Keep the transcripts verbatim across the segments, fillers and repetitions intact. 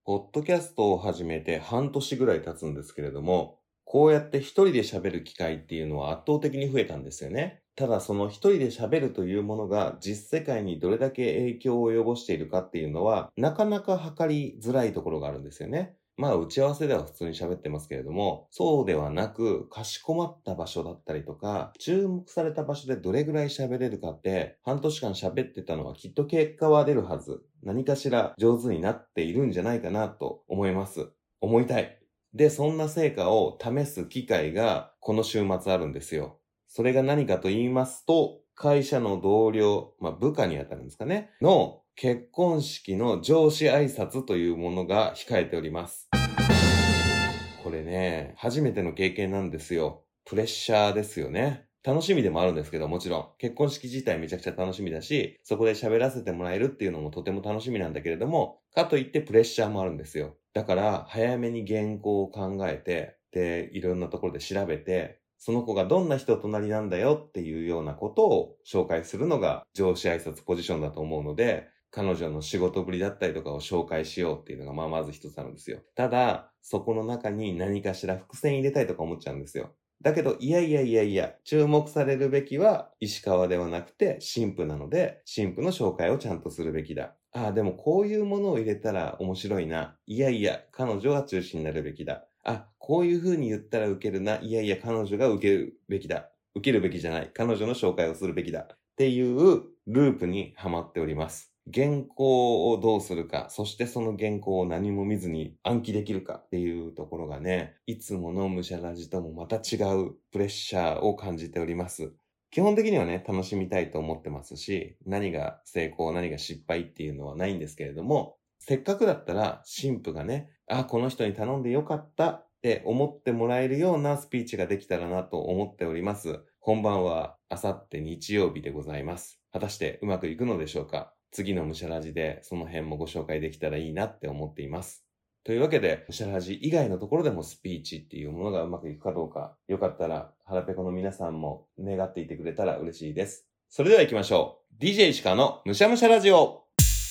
ポッドキャストを始めて半年ぐらい経つんですけれども、こうやって一人で喋る機会っていうのは圧倒的に増えたんですよね。ただその一人で喋るというものが実世界にどれだけ影響を及ぼしているかっていうのは、なかなか測りづらいところがあるんですよね。まあ打ち合わせでは普通に喋ってますけれども、そうではなく、かしこまった場所だったりとか、注目された場所でどれぐらい喋れるかって、半年間喋ってたのはきっと結果は出るはず。何かしら上手になっているんじゃないかなと思います。思いたい。で、そんな成果を試す機会がこの週末あるんですよ。それが何かと言いますと、会社の同僚、まあ部下にあたるんですかね、の結婚式の上司挨拶というものが控えております。これね、初めての経験なんですよ。プレッシャーですよね。楽しみでもあるんですけど、もちろん。結婚式自体めちゃくちゃ楽しみだし、そこで喋らせてもらえるっていうのもとても楽しみなんだけれども、かといってプレッシャーもあるんですよ。だから、早めに原稿を考えて、で、いろんなところで調べて、その子がどんな人となりなんだよっていうようなことを紹介するのが上司挨拶ポジションだと思うので、彼女の仕事ぶりだったりとかを紹介しようっていうのがまあまず一つあるんですよ。ただ、そこの中に何かしら伏線入れたいとか思っちゃうんですよ。だけど、いやいやいやいや、注目されるべきは石川ではなくて神父なので、神父の紹介をちゃんとするべきだ。ああ、でもこういうものを入れたら面白いな。いやいや、彼女が中心になるべきだ。あ、こういう風に言ったら受けるな。いやいや、彼女が受けるべきだ。受けるべきじゃない。彼女の紹介をするべきだ。っていうループにはまっております。原稿をどうするか、そしてその原稿を何も見ずに暗記できるかっていうところがね、いつものムシャラジともまた違うプレッシャーを感じております。基本的にはね、楽しみたいと思ってますし、何が成功、何が失敗っていうのはないんですけれども、せっかくだったら神父がね、あ、この人に頼んでよかったって思ってもらえるようなスピーチができたらなと思っております。本番はあさって日曜日でございます。果たしてうまくいくのでしょうか？次のムシャラジでその辺もご紹介できたらいいなって思っています。というわけで、ムシャラジ以外のところでもスピーチっていうものがうまくいくかどうか、よかったら、ハラペコの皆さんも願っていてくれたら嬉しいです。それでは行きましょう。ディージェー 石川のムシャムシャラジオ。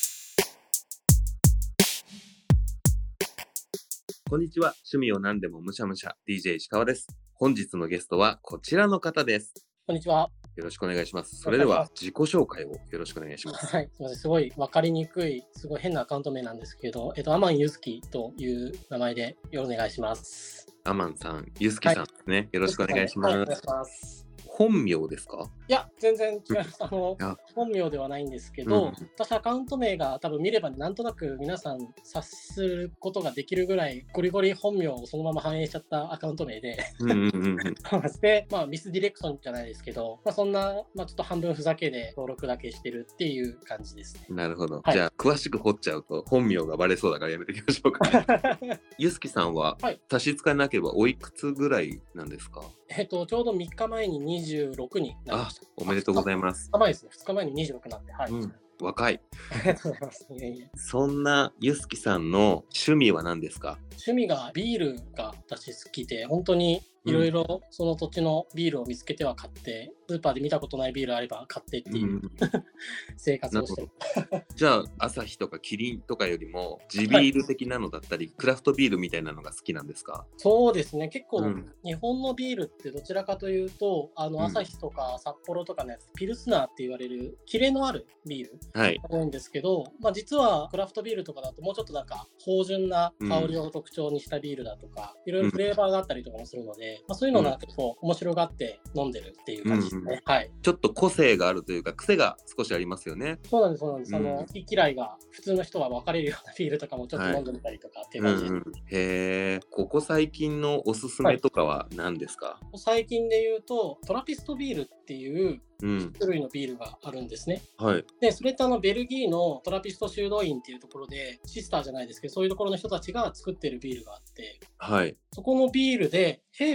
こんにちは。趣味を何でもムシャムシャ、ディージェー 石川です。本日のゲストはこちらの方です。 こんにちは。 よろしくお願いします。それでは自己紹介をよろしくお願いします。 はい、すみません。すごい分かりにくい、すごい変なアカウント名なんですけど、えっと、アマンユスキという名前でよろしくお願いします。 アマンさん、ユスキさんですね。はい、よろしくお願いします。 はい、お願いします。 本名ですか？ いや、全然違います。あの、本名ではないんですけど、うん、私アカウント名が多分見ればなんとなく皆さん察することができるぐらいゴリゴリ本名をそのまま反映しちゃったアカウント名で、で、まあミスディレクションじゃないですけど、まあ、そんな、まあ、ちょっと半分ふざけで登録だけしてるっていう感じですね。 なるほど。はい、じゃあ詳しく掘っちゃうと本名がバレそうだからやめていきましょうか。ユスキさんは、はい、差し支えなければおいくつぐらいなんですか？ えっと、ちょうどみっかまえににじゅうろくになりました。 おめでとうございます。 ふつかまえですね。ふつかまえににじゅうろくになって、はい。うん、 若い。 ありがとうございます。いえいえ。 そんなユスキさんの趣味は何ですか？ 趣味がビールが私好きで、本当にいろいろその土地のビールを見つけては買って、スーパーで見たことないビールあれば買ってっていう、うん、生活をしてる。 じゃあアサヒとかキリンとかよりも地ビール的なのだったり、はい、クラフトビールみたいなのが好きなんですか？ そうですね。結構、うん、日本のビールってどちらかというと、あのアサヒとか札幌とかのやつ、ピルスナーって言われるキレのあるビールが多いんですけど、はい、まあ、実はクラフトビールとかだともうちょっとなんか芳醇な香りを特徴にしたビールだとか、いろいろフレーバーがあったりとかもするので、まあ、そういうのが結構面白がって飲んでるっていう感じですね。うんうん、はい。 ちょっと個性があるというか癖が少しありますよね。 そうなんです、そうなんです。うん、あの好き嫌いが普通の人は分かれるようなビールとかもちょっと飲んでみたりとかっていう感じで、はい、うんうん、 へえ。ここ最近のおすすめとかは何ですか？はい、最近で言うとトラピストビールっていう種類のビールがあるんですね。 はい。 で、それってあのベルギーのトラピスト修道院っていうところで、シスターじゃないですけど、そういうところの人たちが作ってるビールがあって、 はい。 そこのビールでヘーフェっ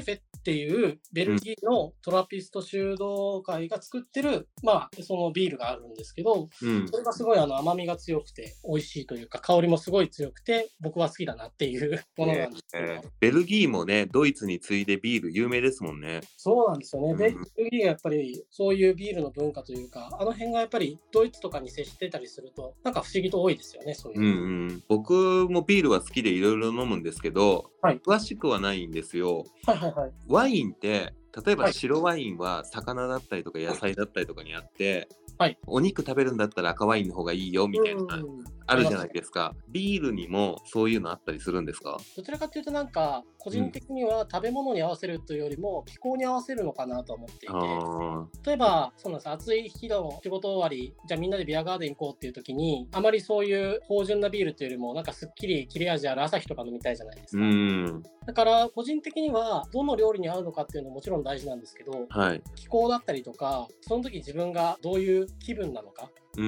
っていうベルギーのトラピスト修道会が作ってる、まあ、そのビールがあるんですけど、うん、それがすごいあの甘みが強くて美味しいというか、香りもすごい強くて僕は好きだなっていうものなんですけど、えー、 ベルギーもね、ドイツに次いでビール有名ですもんね。 そうなんですよね、うん、ベルギーがやっぱりそういうビールの文化というか、あの辺がやっぱりドイツとかに接してたりするとなんか不思議と多いですよね、そういう、うんうん、僕もビールは好きでいろいろ飲むんですけど、はい、詳しくはないんですよ。 はいはいはい、 ワインって例えば白ワインは魚だったりとか野菜だったりとかにあって、はい、お肉食べるんだったら赤ワインの方がいいよみたいなあるじゃないですか。ビールにもそういうのあったりするんですか？ どちらかというとなんか個人的には食べ物に合わせるというよりも気候に合わせるのかなと思っていて、例えばそうなんです、暑い日の仕事終わりじゃあみんなでビアガーデン行こうっていう時にあまりそういう芳醇なビールというよりもなんかすっきり切れ味ある朝日とか飲みたいじゃないですか。うんだから個人的にはどの料理に合うのかっていうのももちろん大事なんですけど、はい、気候だったりとかその時自分がどういう気分なのかうんうん、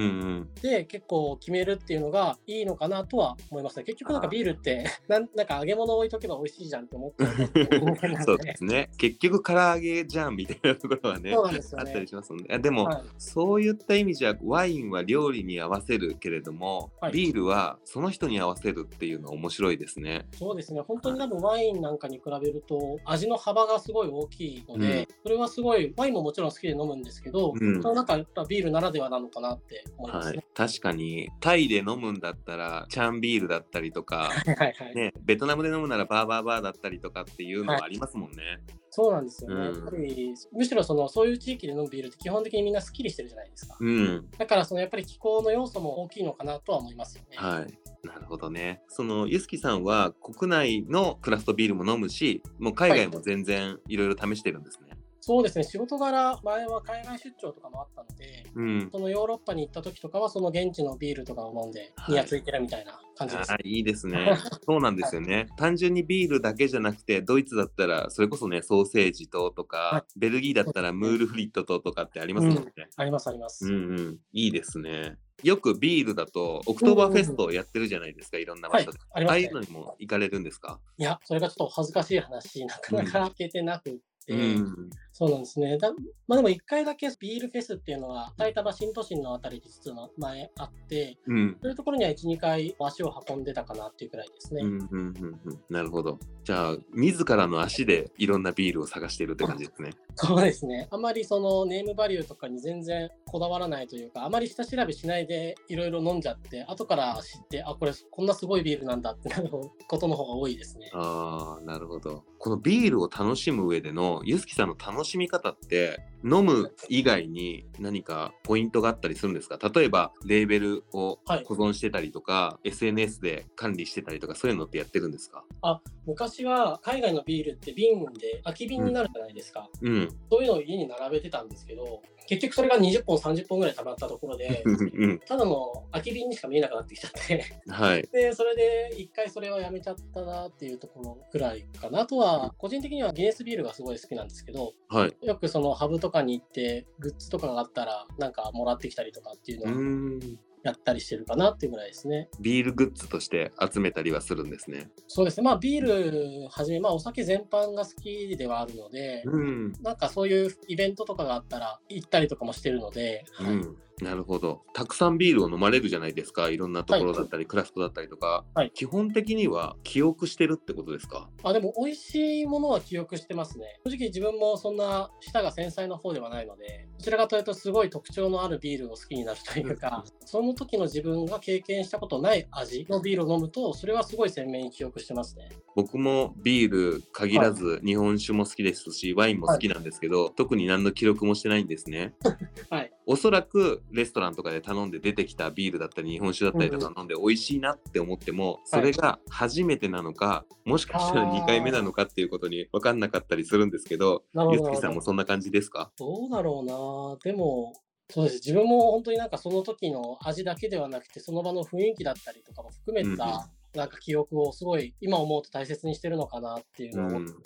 で結構決めるっていうのがいいのかなとは思いますね。結局なんかビールってな ん, なんか揚げ物置いとけば美味しいじゃんって思っちゃうそうですね、結局唐揚げじゃんみたいなところは ね, ねあったりしますもんね。でも、はい、そういった意味じゃワインは料理に合わせるけれども、はい、ビールはその人に合わせるっていうのは面白いですね。 そうですね、本当に多分ワインなんかに比べると味の幅がすごい大きいので、うん、それはすごいワインももちろん好きで飲むんですけど、うん、その中ビールならではなのかなって思いますね。はい、 確かにタイで飲むんだったらチャンビールだったりとかはいはい、ね、ベトナムで飲むならバーバーバーだったりとかっていうのはありますもんね。はい、 そうなんですよね、うん、やっぱりむしろそのそういう地域で飲むビールって基本的にみんなスッキリしてるじゃないですか、うん、だからそのやっぱり気候の要素も大きいのかなとは思いますよね。 はい、なるほどね。そのゆすきさんは国内のクラフトビールも飲むし、もう海外も全然いろいろ試してるんですね。はい、 そうですね、仕事柄前は海外出張とかもあったので、うん、そのヨーロッパに行った時とかはその現地のビールとかを飲んでニヤついてるみたいな感じです。 はい、いいですね。そうなんですよね、はい、単純にビールだけじゃなくてドイツだったらそれこそねソーセージととか、はい、ベルギーだったらムールフリットととかってありますもんね、うん、 ありますあります、 うんうん、いいですね。よくビールだとオクトーバーフェストをやってるじゃないですか、いろんな場所で、はい、あ, ああいうのにも行かれるんですか？ いや、それがちょっと恥ずかしい話、なかなか行けてなくて、うん、そうなんですね。だまあでもいっかいだけビールフェスっていうのが埼玉新都心のあたりで実は前あって、うん、そういうところにはいち、にかい足を運んでたかなっていうくらいですね。うんうんうんうん、なるほど。じゃあ自らの足でいろんなビールを探しているって感じですね。 そうですね。あまりそのネームバリューとかに全然こだわらないというか、あまり下調べしないでいろいろ飲んじゃって後から知って、あ、これこんなすごいビールなんだってなることの方が多いですね。 ああ、なるほど。このビールを楽しむ上でのゆすきさんの楽しみ方って飲む以外に何かポイントがあったりするんですか？例えばレーベルを保存してたりとか、はい、エスエヌエス で管理してたりとかそういうのってやってるんですか？ あ、昔は海外のビールって瓶で空き瓶になるじゃないですか、うんうん、そういうのを家に並べてたんですけど、結局それがにじゅっぽんさんじゅっぽんぐらい溜まったところで、うん、ただの空き瓶にしか見えなくなってきちゃってはい、でそれで一回それはやめちゃったなっていうところくらいかな。あとは個人的にはギネスビールがすごい好きなんですけど、はい、よくそのハブとかに行ってグッズとかがあったらなんかもらってきたりとかっていうのはうんやったりしてるかなっていうぐらいですね。 ビールグッズとして集めたりはするんですね。 そうですね、まあビールはじめ、まあお酒全般が好きではあるので、うん、なんかそういうイベントとかがあったら行ったりとかもしてるので、 うん、はい、なるほど。たくさんビールを飲まれるじゃないですか、いろんなところだったり、はい、クラフトだったりとか、はい、基本的には記憶してるってことですか？ あ、でも美味しいものは記憶してますね。正直自分もそんな舌が繊細な方ではないので、どちらかというとすごい特徴のあるビールを好きになるというかその時の自分が経験したことない味のビールを飲むとそれはすごい鮮明に記憶してますね。 僕もビール限らず日本酒も好きですし、はい、ワインも好きなんですけど、はい、特に何の記録もしてないんですねはい、おそらくレストランとかで頼んで出てきたビールだったり日本酒だったりとか飲んで美味しいなって思っても、それが初めてなのか、もしかしたらにかいめなのかっていうことに分かんなかったりするんですけど、ゆすきさんもそんな感じですか？ どうだろうな。でもそうです、自分も本当になんかその時の味だけではなくてその場の雰囲気だったりとかも含めた、うん、なんか記憶をすごい今思うと大切にしてるのかなっていうのを思ってね、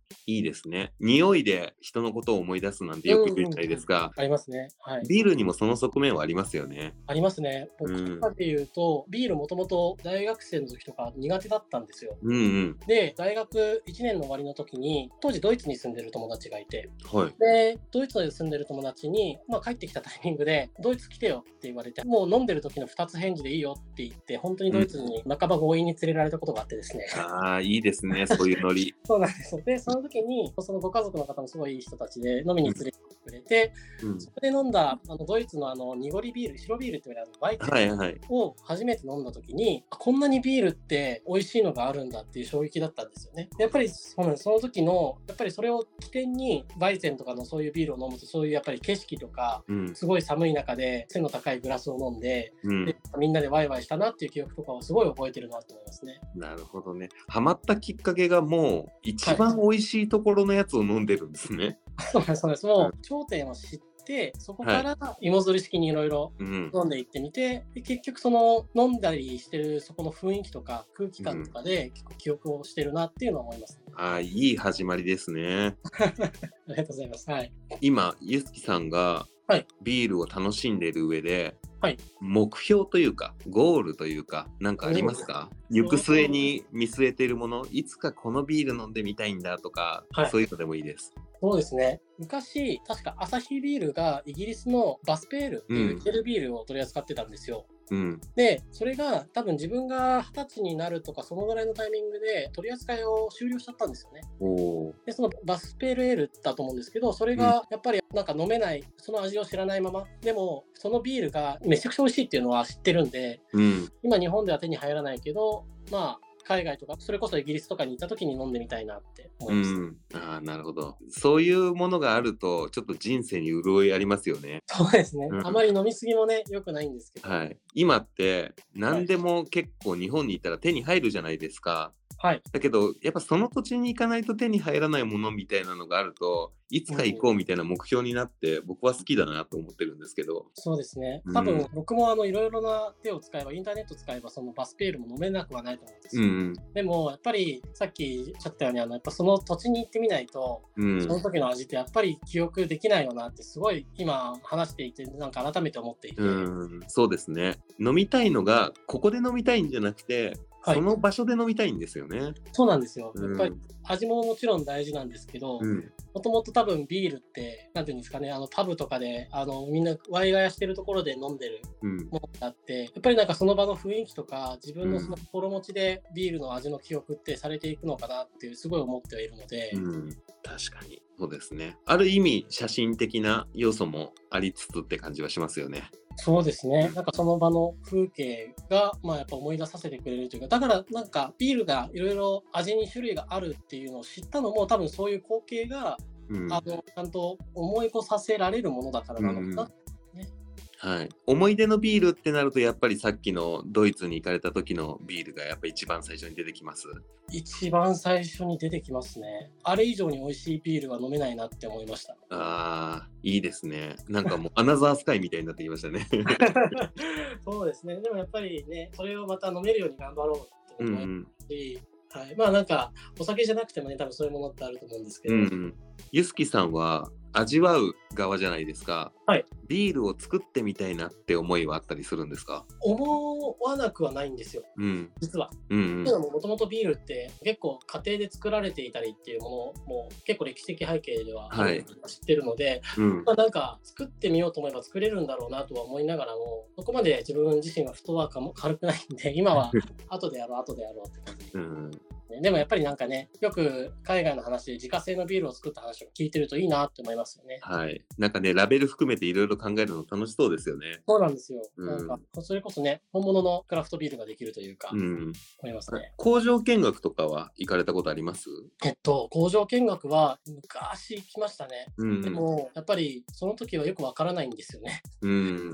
いいですね。匂いで人のことを思い出すなんてよく言うじゃないですか。うんうんうん、 ありますね。はい。 ビールにもその側面はありますよね。 ありますね。僕とかで言うと、うん、ビールもともと大学生の時とか苦手だったんですよ。 うんうん、 で、大学いちねんの終わりの時に、当時ドイツに住んでる友達がいて、 はい、 で、ドイツに住んでる友達に、まあ、帰ってきたタイミングで、ドイツ来てよって言われて、もう飲んでる時のふたつ返事でいいよって言って、本当にドイツに半ば強引に連れられたことがあってですね。 うん、ああ、いいですね、そういうノリ。 そうなんですよ。で、その時に、そのご家族の方もすごいいい人たちで飲みに連れてくれて、うん、そこで飲んだあのドイツのあの濁りビール、白ビールって言われるバイチェンを初めて飲んだ時に、はいはい、こんなにビールって美味しいのがあるんだっていう衝撃だったんですよね。やっぱりその、その時の、やっぱりそれを起点に、バイゼンとかのそういうビールを飲むと、そういうやっぱり景色とか、うん、すごい寒い中で背の高いグラスを飲んで、うん、でみんなでワイワイしたなっていう記憶とかをすごい覚えてるなと思いますね。 なるほどね。ハマったきっかけがもう一番美味しいところのやつを飲んでるんですね。 はい、そうです、そうです。もう頂点を知って、そこから芋づる式にいろいろ飲んでいってみて、はい、で結局その飲んだりしてるそこの雰囲気とか空気感とかで結構記憶をしてるなっていうのは思います、ね。 うん、ああ、いい始まりですね。 ありがとうございます。はい。 今、ゆすきさんがビールを楽しんでいる上で、 はい、 目標というかゴールというか何かありますか？行く末に見据えているもの、いつかこのビール飲んでみたいんだとか、はい、そういうのでもいいです。 そうですね。昔確かアサヒビールがイギリスのバスペールっていうジェルビールを取り扱ってたんですよ。 うん、 でそれが多分自分がはたちになるとかそのぐらいのタイミングで取り扱いを終了しちゃったんですよね。 おでそのバスペールエールだと思うんですけど、それがやっぱりなんか飲めない、その味を知らないままでもそのビールがめちゃくちゃ美味しいっていうのは知ってるんで、 うん、 今日本では手に入らないけど、まあ海外とかそれこそイギリスとかに行った時に飲んでみたいなって思います。 うん、あ、なるほど。そういうものがあるとちょっと人生に潤いありますよね。 そうですね、うん、あまり飲みすぎもね良くないんですけど、 はい、今って何でも結構日本にいたら手に入るじゃないですか。 はい、 だけどやっぱその土地に行かないと手に入らないものみたいなのがあると、いつか行こうみたいな目標になって僕は好きだなと思ってるんですけど。 そうですね、多分、うん、僕もあのいろいろな手を使えば、インターネット使えばそのバスペールも飲めなくはないと思うんですよ、 うんうん、 でもやっぱりさっきおっしゃったように、あのやっぱその土地に行ってみないと、うん、その時の味ってやっぱり記憶できないよなってすごい今話していてなんか改めて思っていて、 うん、そうですね。飲みたいのがここで飲みたいんじゃなくて、はい、その場所で飲みたいんですよね。 そうなんですよ。やっぱり味ももちろん大事なんですけど、もともと多分ビールってなんていうんですかね、あのパブとかであのみんなワイワイしてるところで飲んでるものがあって、うん、やっぱりなんかその場の雰囲気とか自分のその心持ちでビールの味の記憶ってされていくのかなっていうすごい思ってはいるので、 うん、確かにそうですね。ある意味写真的な要素もありつつって感じはしますよね。 そうですね。なんかその場の風景が、まあやっぱ思い出させてくれるというか、だからなんかビールがいろいろ味に種類があるっていうのを知ったのも、多分そういう光景が、うん、あのちゃんと思い起こさせられるものだからなのかな、うんね。 はい。思い出のビールってなると、やっぱりさっきのドイツに行かれた時のビールがやっぱり一番最初に出てきます？ 一番最初に出てきますね。あれ以上に美味しいビールは飲めないなって思いました。 ああ、いいですね。なんかもうアナザースカイみたいになってきましたね。 そうですね。でもやっぱりね、それをまた飲めるように頑張ろうと思いますし、うんうん、はい、まあなんかお酒じゃなくてもね、多分そういうものってあると思うんですけど、うんうん、 ゆすきさんは味わう側じゃないですか。 はい。 ビールを作ってみたいなって思いはあったりするんですか？ 思わなくはないんですよ、うん、実は。うんうん、でももともとビールって結構家庭で作られていたりっていうものも結構歴史的背景ではあるの知ってるので、はい、うん、まあ、なんか作ってみようと思えば作れるんだろうなとは思いながらも、そこまで自分自身はフットワークも軽くないんで、今は後でやろう後でやろうって感じで。うん、でもやっぱりなんかね、よく海外の話で自家製のビールを作った話を聞いてるといいなって思いますよね。 はい。なんかね、ラベル含めていろいろ考えるの楽しそうですよね。 そうなんですよ。うん、なんかそれこそね、本物のクラフトビールができるというか、うん、思いますね。 工場見学とかは行かれたことあります？ えっと、工場見学は昔行きましたね。うん、でも、やっぱりその時はよくわからないんですよね。うん、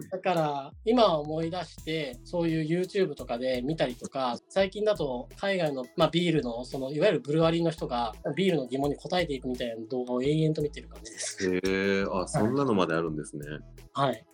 だから、今思い出して、そういう YouTube とかで見たりとか、最近だと海外の、まあ、ビールの、そのいわゆるブルワリーの人がビールの疑問に答えていくみたいな動画を永遠と見てる感じです。 へえ、あ、そんなのまであるんですね。 はい。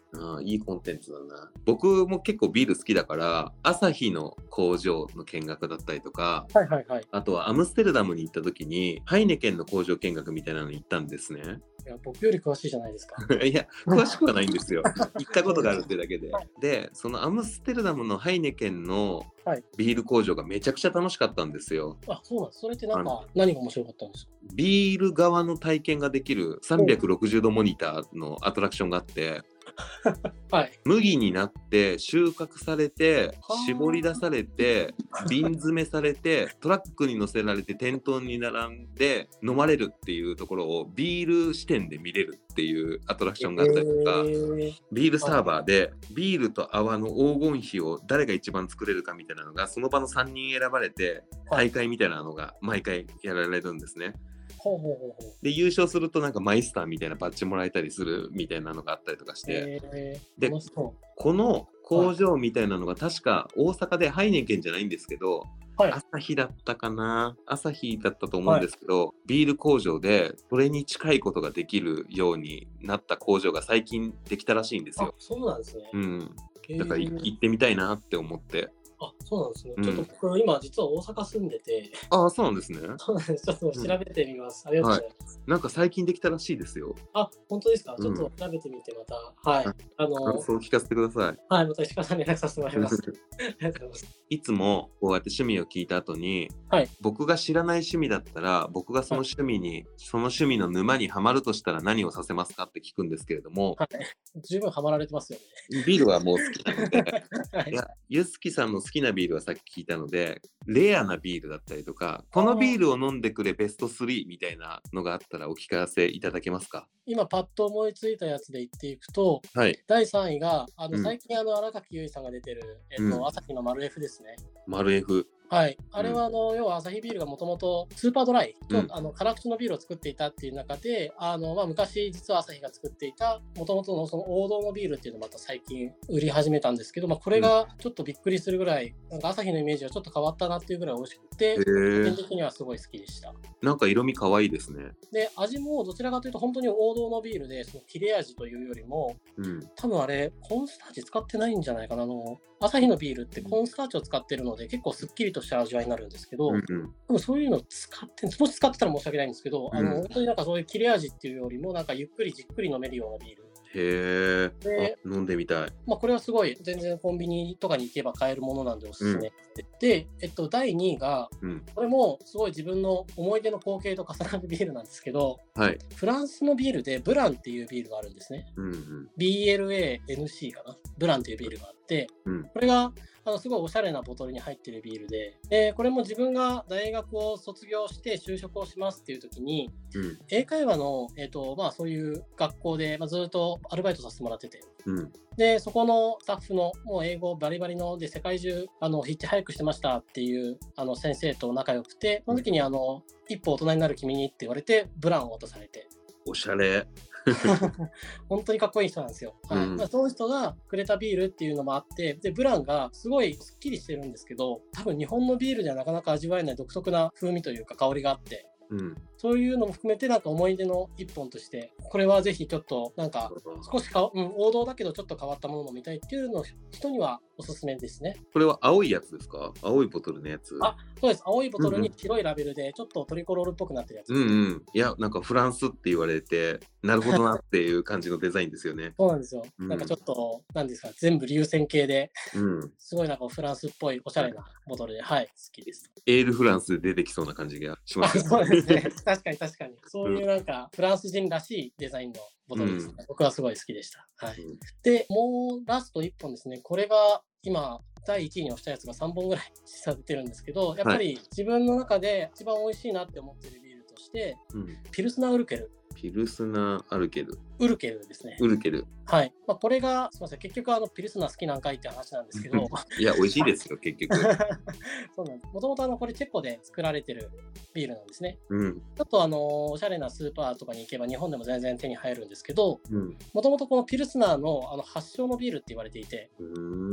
ああ、いいコンテンツだな。僕も結構ビール好きだから、アサヒの工場の見学だったりとか、 はいはいはい。 あとはアムステルダムに行った時に、ハイネケンの工場見学みたいなのに行ったんですね。 いや、僕より詳しいじゃないですか。 いや、詳しくはないんですよ。行ったことがあるってだけで。はい、で、そのアムステルダムのハイネケンのビール工場がめちゃくちゃ楽しかったんですよ。 あ、そうなんです。それってなんか何が面白かったんですか？ ビール側の体験ができるさんびゃくろくじゅうどモニターのアトラクションがあって、はい、麦になって収穫されて絞り出されて瓶詰めされてトラックに乗せられて店頭に並んで飲まれるっていうところをビール視点で見れるっていうアトラクションがあったりとか、えー、ビールサーバーでビールと泡の黄金比を誰が一番作れるかみたいなのがその場のさんにん選ばれて大会みたいなのが毎回やられるんですね。ほうほうほうほう。で優勝するとなんかマイスターみたいなバッジもらえたりするみたいなのがあったりとかして、えー、でこの工場みたいなのが確か大阪でハイネケンじゃないんですけど、はい、朝日だったかな朝日だったと思うんですけど、はい、ビール工場でそれに近いことができるようになった工場が最近できたらしいんですよ。 あ、そうなんですね。 うん、だから行ってみたいなって思って。 あ、そうなんですね。うん、ちょっと僕今実は大阪住んでて。 ああ、そうなんですね。 そうなんです。ちょっと調べてみます。うん、ありがとうございます、 はい。なんか最近できたらしいですよ。 あ、本当ですか。ちょっと調べてみてまた、うん、はい。あの感想を聞かせてください。 はい、また石川さんに連絡させてもらいます。ありがとうございます。 いつもこうやって趣味を聞いた後に、はい、僕が知らない趣味だったら、僕がその趣味に、はい、その趣味の沼にはまるとしたら何をさせますかって聞くんですけれども、はい、 十分はまられてますよね。 ビールはもう好きなので、はい、いや、ゆずきさんの好きなビールはさっき聞いたので、レアなビールだったりとか、このビールを飲んでくれベストスリーみたいなのがあったらお聞かせいただけますか？ 今パッと思いついたやつで言っていくと、はい、だいさんいがあの、うん、最近あの荒垣結衣さんが出てる、えっとうん、朝日のマル F ですね。 マル F。 はい、あれはあの、うん、要はアサヒビールがもともとスーパードライと、うん、あの辛口のビールを作っていたっていう中で、あの、まあ、昔実はアサヒが作っていたもともとのその王道のビールっていうのをまた最近売り始めたんですけど、まあ、これがちょっとびっくりするぐらいなんかアサヒのイメージがちょっと変わったなっていうぐらい美味しくて、個人的にはすごい好きでした。 なんか色味可愛いですね。 で味もどちらかというと本当に王道のビールでその切れ味というよりも、うん、多分あれコーンスターチ使ってないんじゃないかな。あのアサヒのビールってコーンスターチを使ってるので結構すっきりとした味わいになるんですけど、うんうん、多分そういうのを使ってもし使ってたら申し訳ないんですけど、うん、あの本当になんかそういう切れ味っていうよりもなんかゆっくりじっくり飲めるようなビール。 へえ、飲んでみたい。 まあ、これはすごい全然コンビニとかに行けば買えるものなんでおすすめ、うん、で、えっと、だいにいが、うん、これもすごい自分の思い出の光景と重なるビールなんですけど、はい、フランスのビールでブランっていうビールがあるんですね、うんうん、ビーエルエーエヌシー かな、ブランっていうビールがあって、うん、これがあのすごいおしゃれなボトルに入ってるビールで、でこれも自分が大学を卒業して就職をしますっていう時に、うん、英会話の、えーとまあ、そういう学校で、まあ、ずっとアルバイトさせてもらってて、うん、でそこのスタッフのもう英語バリバリので世界中あのヒッチハイクしてましたっていうあの先生と仲良くて、その時にあの一歩大人になる君にって言われてブランを渡されて、 おしゃれ本当にかっこいい人なんですよ、はい、うん、その人がくれたビールっていうのもあって、でブランがすごいすっきりしてるんですけど、多分日本のビールではなかなか味わえない独特な風味というか香りがあって、うん、そういうのも含めてなんか思い出の一本としてこれはぜひちょっとなんか少しか、うん、王道だけどちょっと変わったものを飲みたいっていうの人にはおすすめですね。 これは青いやつですか？青いボトルのやつ。 あ、そうです。青いボトルに白いラベルでちょっとトリコロールっぽくなってるやつ、 うんうん、いやなんかフランスって言われてなるほどなっていう感じのデザインですよね。 そうなんですよ、うん、なんかちょっとなんですか、全部流線形で、うん、すごいなんかフランスっぽいおしゃれなボトルで、はい、好きです。 エールフランスで出てきそうな感じがします、 ね、そうですね。確かに確かにそういうなんかフランス人らしいデザインのボトルですね、うん、僕はすごい好きでした、はい、うん、でもうラストいっぽんですね。これが今だいいちいに押したやつがさんぼんぐらいされてるんですけど、やっぱり自分の中で一番美味しいなって思ってるビールとして、うん、ピルスナーウルケル。 ピルスナーアルケル。 ウルケルですね。 ウルケル。 はい。まあ、これが、すみません、結局あのピルスナー好きなんかいって話なんですけど。 いや、美味しいですよ、結局。 そうなんです。もともとあのこれチェコで作られてるビールなんですね。うん、ちょっとあのおしゃれなスーパーとかに行けば日本でも全然手に入るんですけど、もともとこのピルスナーのあの発祥のビールって言われていて。うーん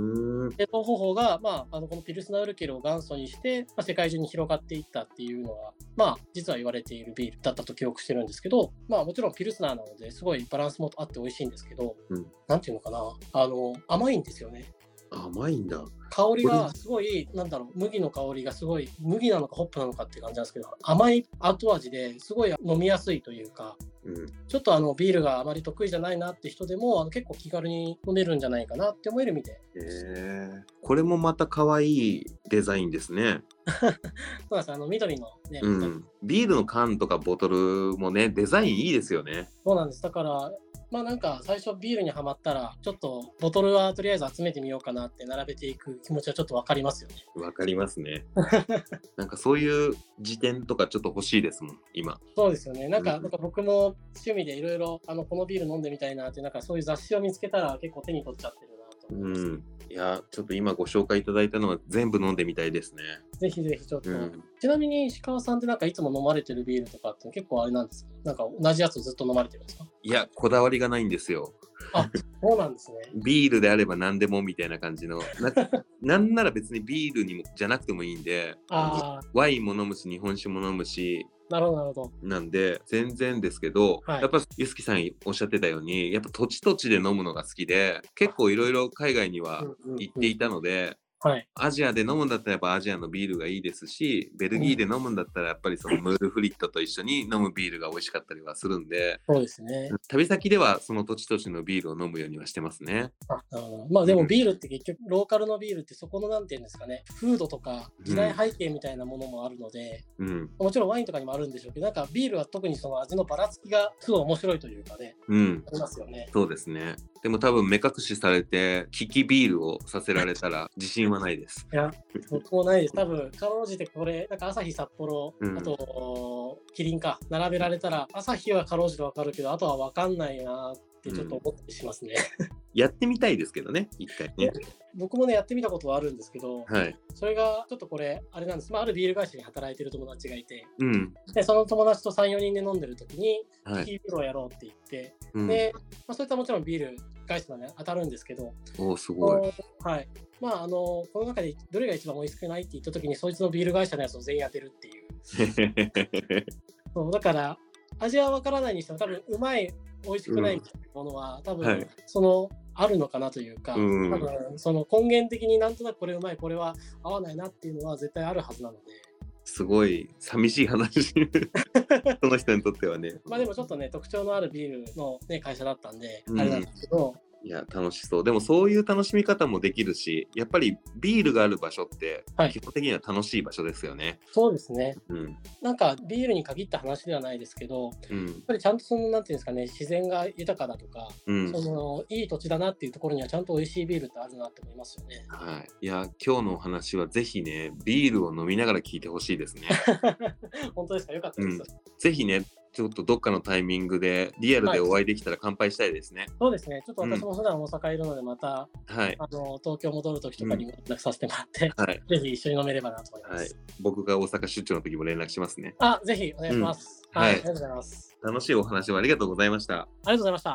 製造方法が、まあ、あのこのピルスナーウルケルを元祖にして、まあ、世界中に広がっていったっていうのは、まあ、実は言われているビールだったと記憶してるんですけど、まあ、もちろんピルスナーなのですごいバランスもあって美味しいんですけど、うん、なんていうのかな、あの甘いんですよね。 甘いんだ。 香りがすごい、なんだろう、麦の香りがすごい、麦なのかホップなのかっていう感じなんですけど、甘い後味ですごい飲みやすいというか、うん、ちょっとあのビールがあまり得意じゃないなって人でもあの結構気軽に飲めるんじゃないかなって思えるみたい。 へえ。これもまた可愛いデザインですね。 そうなんです。あの緑のね、 うん、ビールの缶とかボトルもね、デザインいいですよね。 そうなんです。だからまあなんか最初ビールにはまったらちょっとボトルはとりあえず集めてみようかなって並べていく気持ちはちょっと分かりますよね。 分かりますね。なんかそういう時点とかちょっと欲しいですもん今。 そうですよね。なんか、うん、なんか僕も趣味でいろいろあのこのビール飲んでみたいなってなんかそういう雑誌を見つけたら結構手に取っちゃってるなと思います。うん、 いやちょっと今ご紹介いただいたのは全部飲んでみたいですね。 ぜひぜひちょっと、うん、ちなみに石川さんってなんかいつも飲まれてるビールとかって結構あれなんですか？なんか同じやつをずっと飲まれてるんですか？ いやこだわりがないんですよ。 あ、そうなんですね。 ビールであれば何でもみたいな感じの な, なんなら別にビールにもじゃなくてもいいんで、あワインも飲むし日本酒も飲むし、 なるほどなるほど。 なんで全然ですけど、はい、やっぱゆすきさんおっしゃってたようにやっぱ土地土地で飲むのが好きで結構いろいろ海外には行っていたので、うんうんうんはい、 アジアで飲むんだったらやっぱアジアのビールがいいですし、ベルギーで飲むんだったらやっぱりそのムールフリットと一緒に飲むビールが美味しかったりはするんで、 そうですね。 旅先ではその土地土地のビールを飲むようにはしてますね。 あ、なるほど。まあでもビールって結局、うん、ローカルのビールってそこのなんていうんですかね、風土とか時代背景みたいなものもあるので、うん、もちろんワインとかにもあるんでしょうけど、なんかビールは特にその味のばらつきがすごい面白いというかね、うん、ありますよね。 そうですね。でも多分目隠しされて利きビールをさせられたら自信はないです。 いや、僕もないです。多分かろうじてこれなんか朝日札幌、うん、あとキリンか並べられたら朝日はかろうじてわかるけどあとはわかんないなってちょっと思ったりしますね。うん、 やってみたいですけどね、一回ね。 僕もねやってみたことはあるんですけど、 はい、 それがちょっとこれあれなんです。まあ、あるビール会社に働いてる友達がいて、 うん、 でその友達とさん、よにんで飲んでる時に利きビールをやろうって言って、はい、で、まあ、そういったもちろんビール会社がね当たるんですけど、 おすごい。 はい。まああのこの中でどれが一番美味しくないって言った時にそいつのビール会社のやつを全員当てるっていう。そうだから味はわからないにしても多分うまい美味しくないみたいなものは、うん、多分、はい、そのあるのかなというか、うん、多分その根源的になんとなくこれうまいこれは合わないなっていうのは絶対あるはずなので。 すごい寂しい話その人にとってはね。 まあでもちょっとね特徴のあるビールの、ね、会社だったんで、うん、あれなんですけど。 いや楽しそう。でもそういう楽しみ方もできるし、やっぱりビールがある場所って基本的には楽しい場所ですよね。はい、 そうですね、うん、なんかビールに限った話ではないですけど、うん、やっぱりちゃんとそのなんていうんですかね、自然が豊かだとか、うん、そのいい土地だなっていうところにはちゃんと美味しいビールってあるなって思いますよね。 はい。いや今日のお話はぜひねビールを飲みながら聞いてほしいですね。 本当ですか？よかったです。うん、 ぜひねちょっとどっかのタイミングでリアルでお会いできたら乾杯したいですね。はい、 そうですね。ちょっと私も普段大阪いるのでまた、うん、あの東京戻る時とかにも連絡させてもらって、うんはい、ぜひ一緒に飲めればなと思います。はい、 僕が大阪出張の時も連絡しますね。 あ、ぜひお願いします。うん、はい、はい、ありがとうございます。 楽しいお話をありがとうございました。ありがとうございました。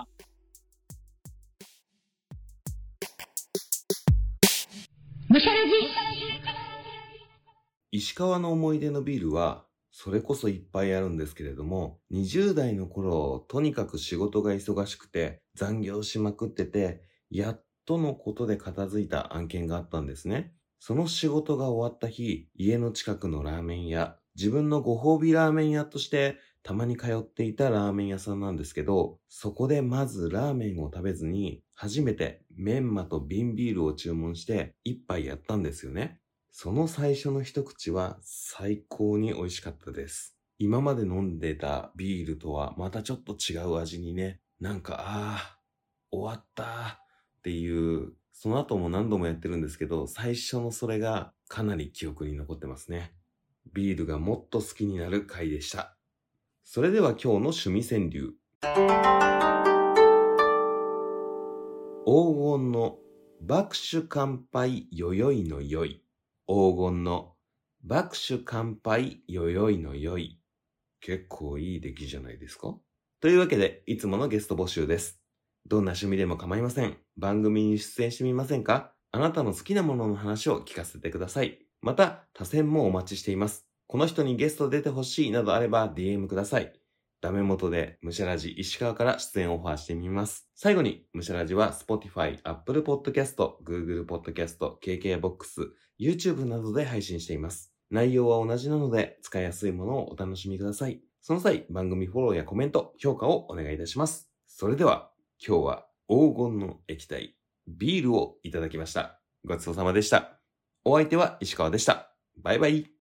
むしゃらじ石川の思い出のビールはそれこそいっぱいあるんですけれども、にじゅう代の頃、とにかく仕事が忙しくて、残業しまくってて、やっとのことで片付いた案件があったんですね。その仕事が終わった日、家の近くのラーメン屋、自分のご褒美ラーメン屋としてたまに通っていたラーメン屋さんなんですけど、そこでまずラーメンを食べずに、初めてメンマと瓶ビールを注文して一杯やったんですよね。その最初の一口は最高に美味しかったです。今まで飲んでたビールとはまたちょっと違う味にね、なんかあー終わったっていう、その後も何度もやってるんですけど、最初のそれがかなり記憶に残ってますね。ビールがもっと好きになる回でした。それでは今日の趣味川柳。黄金の爆酒乾杯よよいのよい。黄金の爆酒乾杯よよいのよい。結構いい出来じゃないですか？というわけで、いつものゲスト募集です。どんな趣味でも構いません。番組に出演してみませんか？ あなたの好きなものの話を聞かせてください。また、他選もお待ちしています。この人にゲスト出てほしいなどあれば ディーエム ください。ダメ元でむしゃらじ石川から出演オファーしてみます。最後に、むしゃらじは Spotify、Apple Podcast、Google Podcast、ケーケーボックス、YouTube などで配信しています。内容は同じなので使いやすいものをお楽しみください。その際、番組フォローやコメント、評価をお願いいたします。それでは、今日は黄金の液体、ビールをいただきました。ごちそうさまでした。お相手は石川でした。バイバイ。